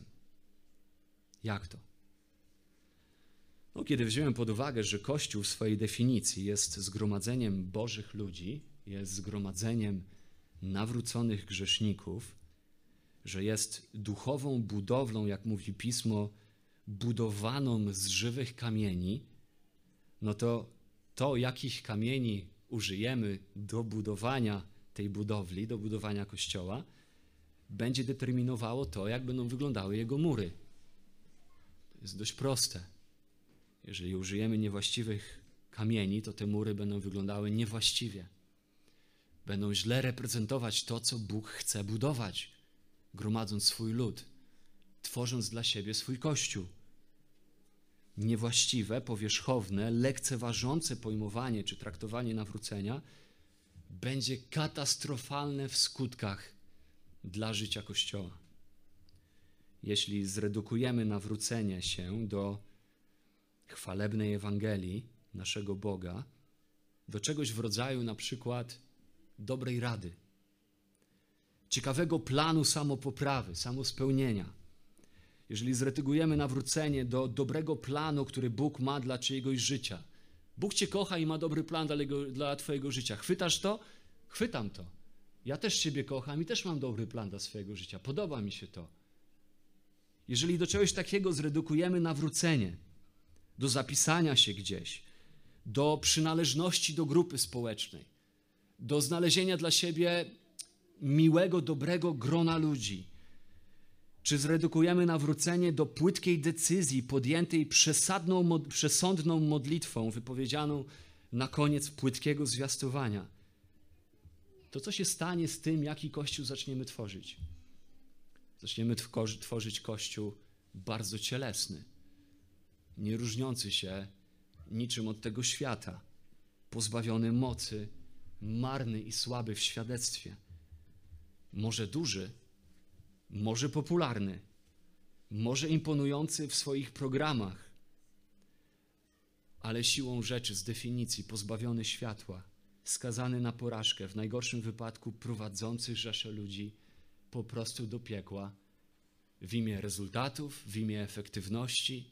Jak to? No, kiedy wziąłem pod uwagę, że Kościół w swojej definicji jest zgromadzeniem Bożych ludzi, jest zgromadzeniem nawróconych grzeszników, że jest duchową budowlą, jak mówi Pismo, budowaną z żywych kamieni, no to jakich kamieni użyjemy do budowania tej budowli, do budowania Kościoła, będzie determinowało to, jak będą wyglądały jego mury. To jest dość proste. Jeżeli użyjemy niewłaściwych kamieni, to te mury będą wyglądały niewłaściwie. Będą źle reprezentować to, co Bóg chce budować, gromadząc swój lud, tworząc dla siebie swój Kościół. Niewłaściwe, powierzchowne, lekceważące pojmowanie czy traktowanie nawrócenia będzie katastrofalne w skutkach dla życia Kościoła. Jeśli zredukujemy nawrócenie się do chwalebnej Ewangelii naszego Boga, do czegoś w rodzaju na przykład dobrej rady, ciekawego planu samopoprawy, samospełnienia. Jeżeli zredukujemy nawrócenie do dobrego planu, który Bóg ma dla czyjegoś życia. Bóg cię kocha i ma dobry plan dla twojego życia. Chwytasz to? Chwytam to. Ja też ciebie kocham i też mam dobry plan dla swojego życia. Podoba mi się to. Jeżeli do czegoś takiego zredukujemy nawrócenie, do zapisania się gdzieś, do przynależności do grupy społecznej, do znalezienia dla siebie miłego, dobrego grona ludzi, czy zredukujemy nawrócenie do płytkiej decyzji podjętej przesądną modlitwą wypowiedzianą na koniec płytkiego zwiastowania, to co się stanie z tym, jaki Kościół zaczniemy tworzyć? Zaczniemy tworzyć Kościół bardzo cielesny, nie różniący się niczym od tego świata, pozbawiony mocy, marny i słaby w świadectwie. Może duży, może popularny, może imponujący w swoich programach, ale siłą rzeczy z definicji pozbawiony światła, skazany na porażkę, w najgorszym wypadku prowadzący rzesze ludzi po prostu do piekła w imię rezultatów, w imię efektywności,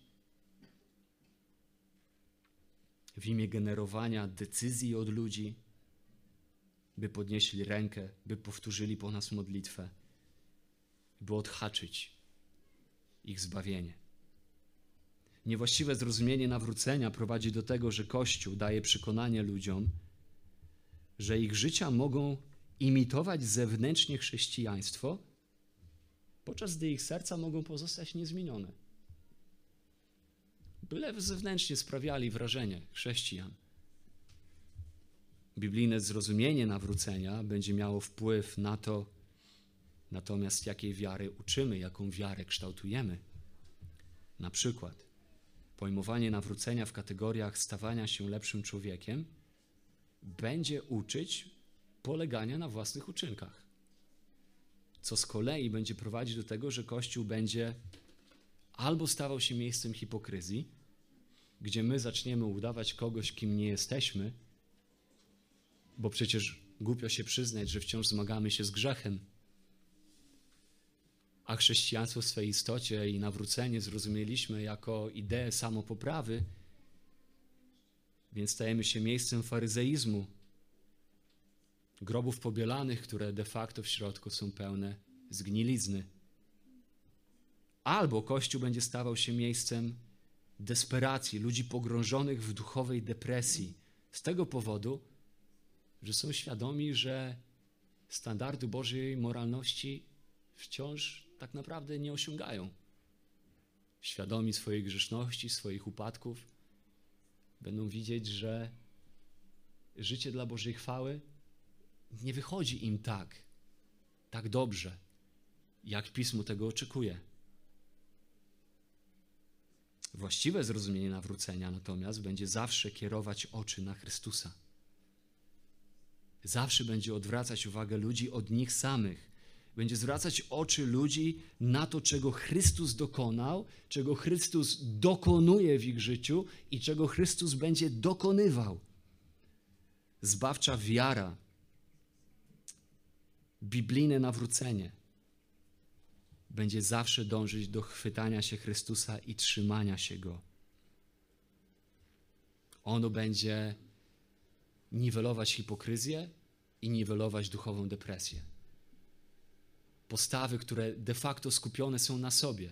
w imię generowania decyzji od ludzi, by podnieśli rękę, by powtórzyli po nas modlitwę, by odhaczyć ich zbawienie. Niewłaściwe zrozumienie nawrócenia prowadzi do tego, że Kościół daje przekonanie ludziom, że ich życia mogą imitować zewnętrznie chrześcijaństwo, podczas gdy ich serca mogą pozostać niezmienione. Byle zewnętrznie sprawiali wrażenie chrześcijan. Biblijne zrozumienie nawrócenia będzie miało wpływ na to, natomiast jakiej wiary uczymy, jaką wiarę kształtujemy. Na przykład pojmowanie nawrócenia w kategoriach stawania się lepszym człowiekiem będzie uczyć polegania na własnych uczynkach, co z kolei będzie prowadzić do tego, że Kościół będzie albo stawał się miejscem hipokryzji, gdzie my zaczniemy udawać kogoś, kim nie jesteśmy, bo przecież głupio się przyznać, że wciąż zmagamy się z grzechem, a chrześcijaństwo w swej istocie i nawrócenie zrozumieliśmy jako ideę samopoprawy, więc stajemy się miejscem faryzeizmu, grobów pobielanych, które de facto w środku są pełne zgnilizny. Albo Kościół będzie stawał się miejscem desperacji, ludzi pogrążonych w duchowej depresji z tego powodu, że są świadomi, że standardy Bożej moralności wciąż tak naprawdę nie osiągają. Świadomi swojej grzeszności, swoich upadków, będą widzieć, że życie dla Bożej chwały nie wychodzi im tak dobrze, jak Pismo tego oczekuje. Właściwe zrozumienie nawrócenia natomiast będzie zawsze kierować oczy na Chrystusa. Zawsze będzie odwracać uwagę ludzi od nich samych. Będzie zwracać oczy ludzi na to, czego Chrystus dokonał, czego Chrystus dokonuje w ich życiu i czego Chrystus będzie dokonywał. Zbawcza wiara Biblijne nawrócenie będzie zawsze dążyć do chwytania się Chrystusa i trzymania się Go. Ono będzie niwelować hipokryzję i niwelować duchową depresję. Postawy, które de facto skupione są na sobie,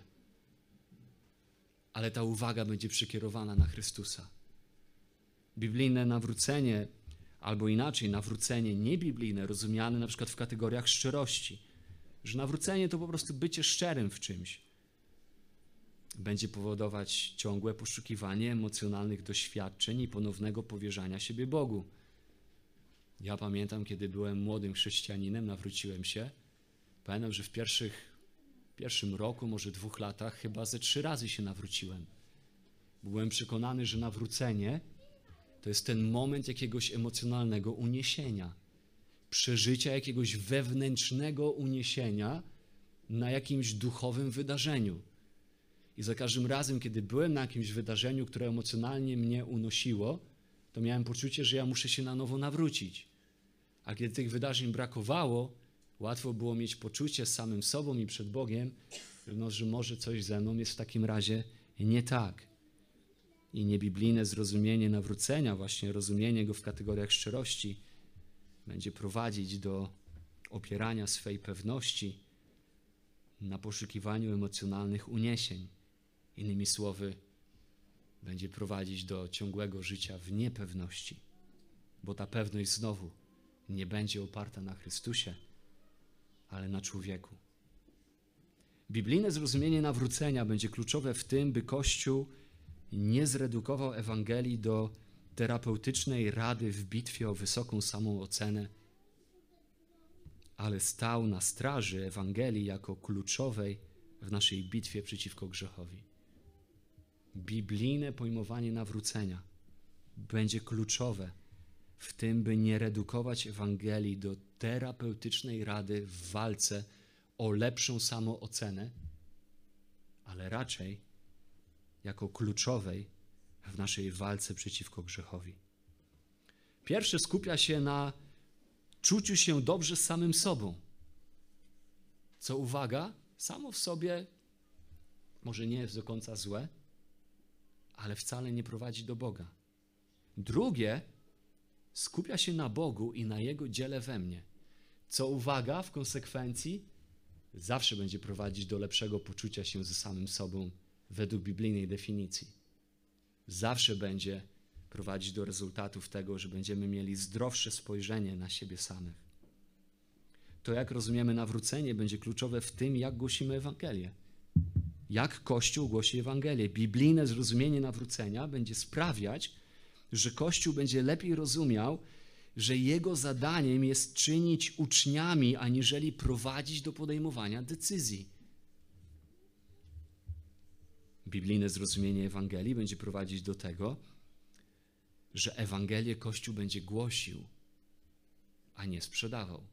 ale ta uwaga będzie przekierowana na Chrystusa. Biblijne nawrócenie, albo inaczej, nawrócenie niebiblijne, rozumiane na przykład w kategoriach szczerości, że nawrócenie to po prostu bycie szczerym w czymś, będzie powodować ciągłe poszukiwanie emocjonalnych doświadczeń i ponownego powierzania siebie Bogu. Ja pamiętam, kiedy byłem młodym chrześcijaninem, nawróciłem się. Pamiętam, że w pierwszym roku, może 2 latach, chyba ze 3 razy się nawróciłem. Byłem przekonany, że nawrócenie to jest ten moment jakiegoś emocjonalnego uniesienia, przeżycia jakiegoś wewnętrznego uniesienia na jakimś duchowym wydarzeniu. I za każdym razem, kiedy byłem na jakimś wydarzeniu, które emocjonalnie mnie unosiło, to miałem poczucie, że ja muszę się na nowo nawrócić. A kiedy tych wydarzeń brakowało, łatwo było mieć poczucie z samym sobą i przed Bogiem, że może coś ze mną jest w takim razie nie tak. I niebiblijne zrozumienie nawrócenia, właśnie rozumienie go w kategoriach szczerości, będzie prowadzić do opierania swej pewności na poszukiwaniu emocjonalnych uniesień. Innymi słowy, będzie prowadzić do ciągłego życia w niepewności, bo ta pewność znowu nie będzie oparta na Chrystusie, ale na człowieku. Biblijne zrozumienie nawrócenia będzie kluczowe w tym, by Kościół nie zredukował Ewangelii do terapeutycznej rady w bitwie o wysoką samoocenę, ale stał na straży Ewangelii jako kluczowej w naszej bitwie przeciwko grzechowi. Biblijne pojmowanie nawrócenia będzie kluczowe w tym, by nie redukować Ewangelii do terapeutycznej rady w walce o lepszą samoocenę, ale raczej jako kluczowej w naszej walce przeciwko grzechowi. Pierwsze skupia się na czuciu się dobrze z samym sobą, co, uwaga, samo w sobie może nie jest do końca złe, ale wcale nie prowadzi do Boga. Drugie skupia się na Bogu i na Jego dziele we mnie, co, uwaga, w konsekwencji zawsze będzie prowadzić do lepszego poczucia się ze samym sobą według biblijnej definicji. Zawsze będzie prowadzić do rezultatów tego, że będziemy mieli zdrowsze spojrzenie na siebie samych. To, jak rozumiemy nawrócenie, będzie kluczowe w tym, jak głosimy Ewangelię. Jak Kościół głosi Ewangelię. Biblijne zrozumienie nawrócenia będzie sprawiać, że Kościół będzie lepiej rozumiał, że jego zadaniem jest czynić uczniami, aniżeli prowadzić do podejmowania decyzji. Biblijne zrozumienie Ewangelii będzie prowadzić do tego, że Ewangelię Kościół będzie głosił, a nie sprzedawał.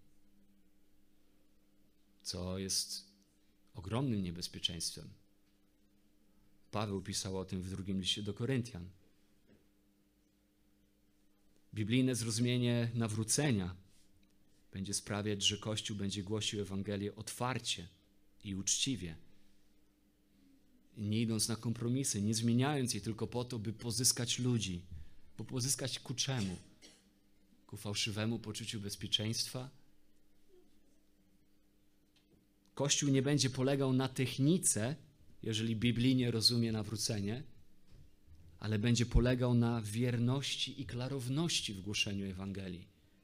Co jest ogromnym niebezpieczeństwem. Paweł pisał o tym w 2 liście do Koryntian. Biblijne zrozumienie nawrócenia będzie sprawiać, że Kościół będzie głosił Ewangelię otwarcie i uczciwie, nie idąc na kompromisy, nie zmieniając jej tylko po to, by pozyskać ludzi. Bo pozyskać ku czemu? Ku fałszywemu poczuciu bezpieczeństwa? Kościół nie będzie polegał na technice, jeżeli biblijnie rozumie nawrócenie, ale będzie polegał na wierności i klarowności w głoszeniu Ewangelii.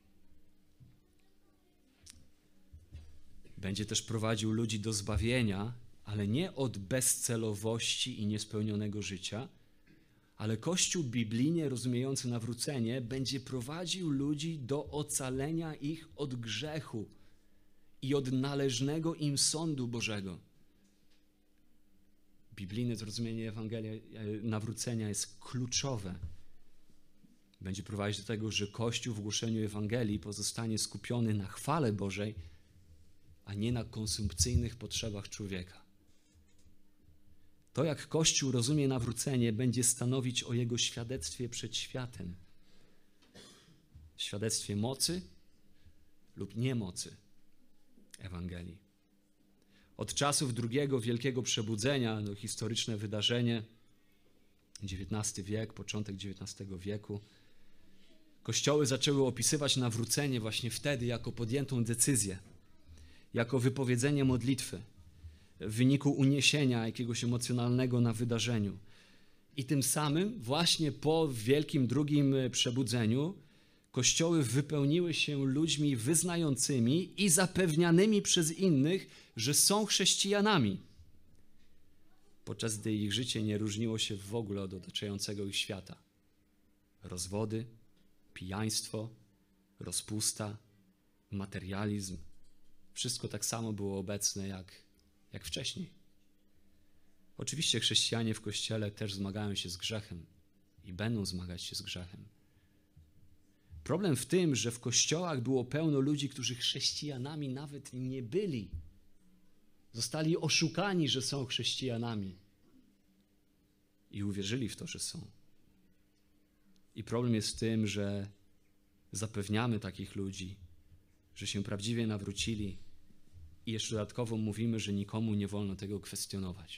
Będzie też prowadził ludzi do zbawienia, ale nie od bezcelowości i niespełnionego życia, ale Kościół biblijnie rozumiejący nawrócenie będzie prowadził ludzi do ocalenia ich od grzechu i od należnego im sądu Bożego. Biblijne zrozumienie Ewangelii nawrócenia jest kluczowe. Będzie prowadzić do tego, że Kościół w głoszeniu Ewangelii pozostanie skupiony na chwale Bożej, a nie na konsumpcyjnych potrzebach człowieka. To, jak Kościół rozumie nawrócenie, będzie stanowić o jego świadectwie przed światem. Świadectwie mocy lub niemocy. Ewangelii. Od czasów drugiego wielkiego przebudzenia, historyczne wydarzenie, XIX wiek, początek XIX wieku, kościoły zaczęły opisywać nawrócenie właśnie wtedy jako podjętą decyzję, jako wypowiedzenie modlitwy w wyniku uniesienia jakiegoś emocjonalnego na wydarzeniu. I tym samym właśnie po wielkim drugim przebudzeniu kościoły wypełniły się ludźmi wyznającymi i zapewnianymi przez innych, że są chrześcijanami, podczas gdy ich życie nie różniło się w ogóle od otaczającego ich świata. Rozwody, pijaństwo, rozpusta, materializm, wszystko tak samo było obecne jak wcześniej. Oczywiście chrześcijanie w Kościele też zmagają się z grzechem i będą zmagać się z grzechem. Problem w tym, że w kościołach było pełno ludzi, którzy chrześcijanami nawet nie byli. Zostali oszukani, że są chrześcijanami i uwierzyli w to, że są. I problem jest w tym, że zapewniamy takich ludzi, że się prawdziwie nawrócili i jeszcze dodatkowo mówimy, że nikomu nie wolno tego kwestionować.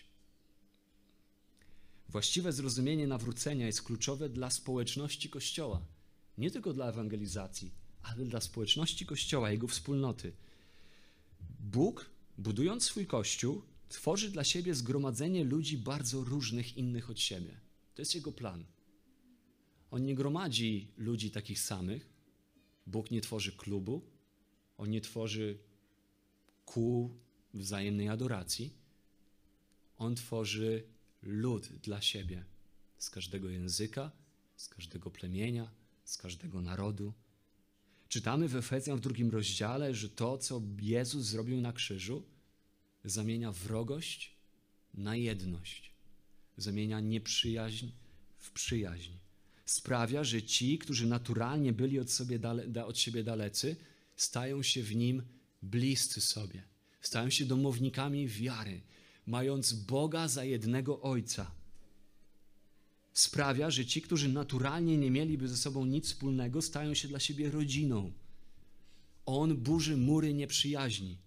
Właściwe zrozumienie nawrócenia jest kluczowe dla społeczności Kościoła. Nie tylko dla ewangelizacji, ale dla społeczności Kościoła, jego wspólnoty. Bóg, budując swój Kościół, tworzy dla siebie zgromadzenie ludzi bardzo różnych innych od siebie. To jest jego plan. On nie gromadzi ludzi takich samych. Bóg nie tworzy klubu. On nie tworzy kół wzajemnej adoracji. On tworzy lud dla siebie. Z każdego języka, z każdego plemienia, z każdego narodu. Czytamy w Efezjan w 2 rozdziale, że to, co Jezus zrobił na krzyżu, zamienia wrogość na jedność. Zamienia nieprzyjaźń w przyjaźń. Sprawia, że ci, którzy naturalnie byli od siebie dalecy, stają się w Nim bliscy sobie. Stają się domownikami wiary, mając Boga za jednego Ojca. Sprawia, że ci, którzy naturalnie nie mieliby ze sobą nic wspólnego, stają się dla siebie rodziną. On burzy mury nieprzyjaźni.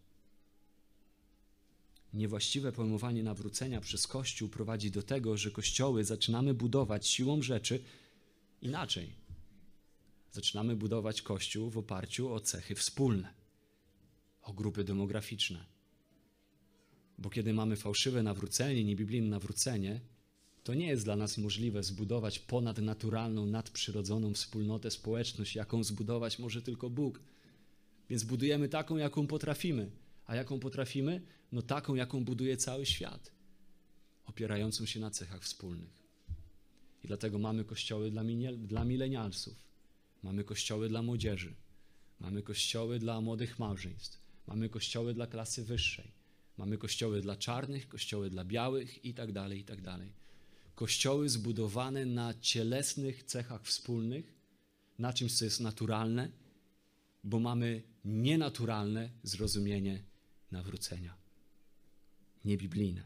Niewłaściwe pojmowanie nawrócenia przez Kościół prowadzi do tego, że kościoły zaczynamy budować siłą rzeczy inaczej. Zaczynamy budować Kościół w oparciu o cechy wspólne, o grupy demograficzne. Bo kiedy mamy fałszywe nawrócenie, niebiblijne nawrócenie, to nie jest dla nas możliwe zbudować ponadnaturalną, nadprzyrodzoną wspólnotę, społeczność, jaką zbudować może tylko Bóg. Więc budujemy taką, jaką potrafimy. A jaką potrafimy? No taką, jaką buduje cały świat. Opierającą się na cechach wspólnych. I dlatego mamy kościoły dla milenialsów. Mamy kościoły dla młodzieży. Mamy kościoły dla młodych małżeństw. Mamy kościoły dla klasy wyższej. Mamy kościoły dla czarnych, kościoły dla białych i tak dalej, i tak dalej. Kościoły zbudowane na cielesnych cechach wspólnych, na czymś, co jest naturalne, bo mamy nienaturalne zrozumienie nawrócenia. Niebiblijne.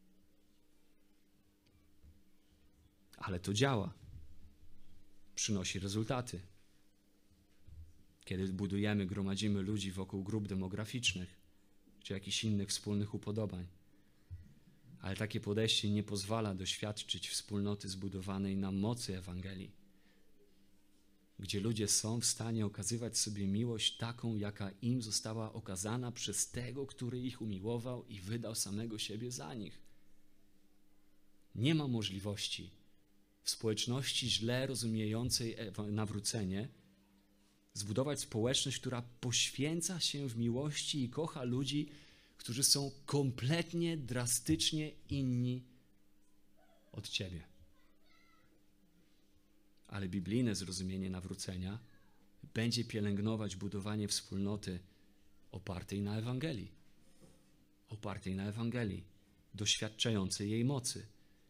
Ale to działa. Przynosi rezultaty. Kiedy budujemy, gromadzimy ludzi wokół grup demograficznych, czy jakichś innych wspólnych upodobań. Ale takie podejście nie pozwala doświadczyć wspólnoty zbudowanej na mocy Ewangelii, gdzie ludzie są w stanie okazywać sobie miłość taką, jaka im została okazana przez tego, który ich umiłował i wydał samego siebie za nich. Nie ma możliwości w społeczności źle rozumiejącej nawrócenie zbudować społeczność, która poświęca się w miłości i kocha ludzi, którzy są kompletnie, drastycznie inni od ciebie. Ale biblijne zrozumienie nawrócenia będzie pielęgnować budowanie wspólnoty opartej na Ewangelii. Opartej na Ewangelii, doświadczającej jej mocy.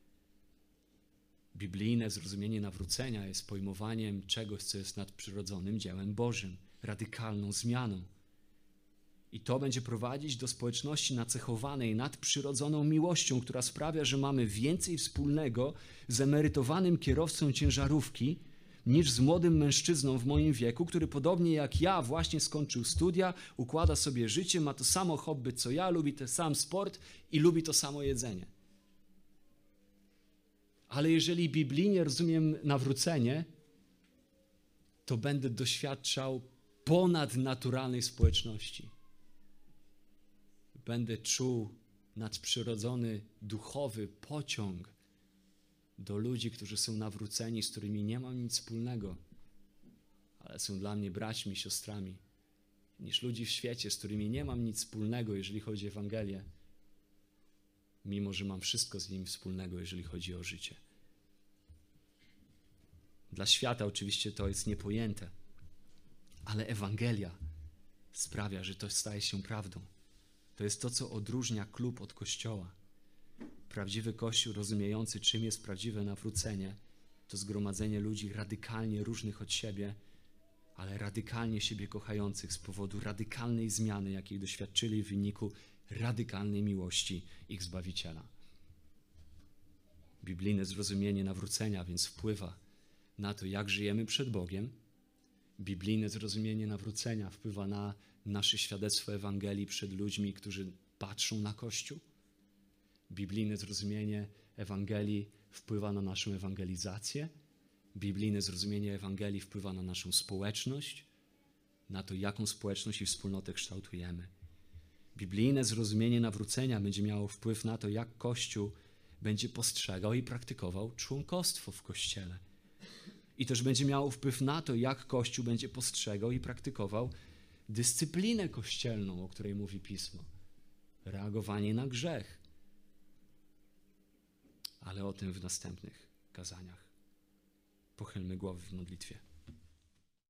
Biblijne zrozumienie nawrócenia jest pojmowaniem czegoś, co jest nadprzyrodzonym dziełem Bożym, radykalną zmianą. I to będzie prowadzić do społeczności nacechowanej nadprzyrodzoną miłością, która sprawia, że mamy więcej wspólnego z emerytowanym kierowcą ciężarówki niż z młodym mężczyzną w moim wieku, który podobnie jak ja właśnie skończył studia, układa sobie życie, ma to samo hobby co ja, lubi ten sam sport i lubi to samo jedzenie. Ale jeżeli biblijnie rozumiem nawrócenie, to będę doświadczał ponadnaturalnej społeczności. Będę czuł nadprzyrodzony, duchowy pociąg do ludzi, którzy są nawróceni, z którymi nie mam nic wspólnego, ale są dla mnie braćmi, siostrami, niż ludzi w świecie, z którymi nie mam nic wspólnego, jeżeli chodzi o Ewangelię, mimo że mam wszystko z nimi wspólnego, jeżeli chodzi o życie. Dla świata oczywiście to jest niepojęte, ale Ewangelia sprawia, że to staje się prawdą. To jest to, co odróżnia klub od Kościoła. Prawdziwy Kościół, rozumiejący, czym jest prawdziwe nawrócenie, to zgromadzenie ludzi radykalnie różnych od siebie, ale radykalnie siebie kochających z powodu radykalnej zmiany, jakiej doświadczyli w wyniku radykalnej miłości ich Zbawiciela. Biblijne zrozumienie nawrócenia więc wpływa na to, jak żyjemy przed Bogiem. Biblijne zrozumienie nawrócenia wpływa na nasze świadectwo Ewangelii przed ludźmi, którzy patrzą na Kościół. Biblijne zrozumienie Ewangelii wpływa na naszą ewangelizację. Biblijne zrozumienie Ewangelii wpływa na naszą społeczność, na to, jaką społeczność i wspólnotę kształtujemy. Biblijne zrozumienie nawrócenia będzie miało wpływ na to, jak Kościół będzie postrzegał i praktykował członkostwo w Kościele. I też będzie miało wpływ na to, jak Kościół będzie postrzegał i praktykował dyscyplinę kościelną, o której mówi Pismo. Reagowanie na grzech. Ale o tym w następnych kazaniach. Pochylmy głowy w modlitwie.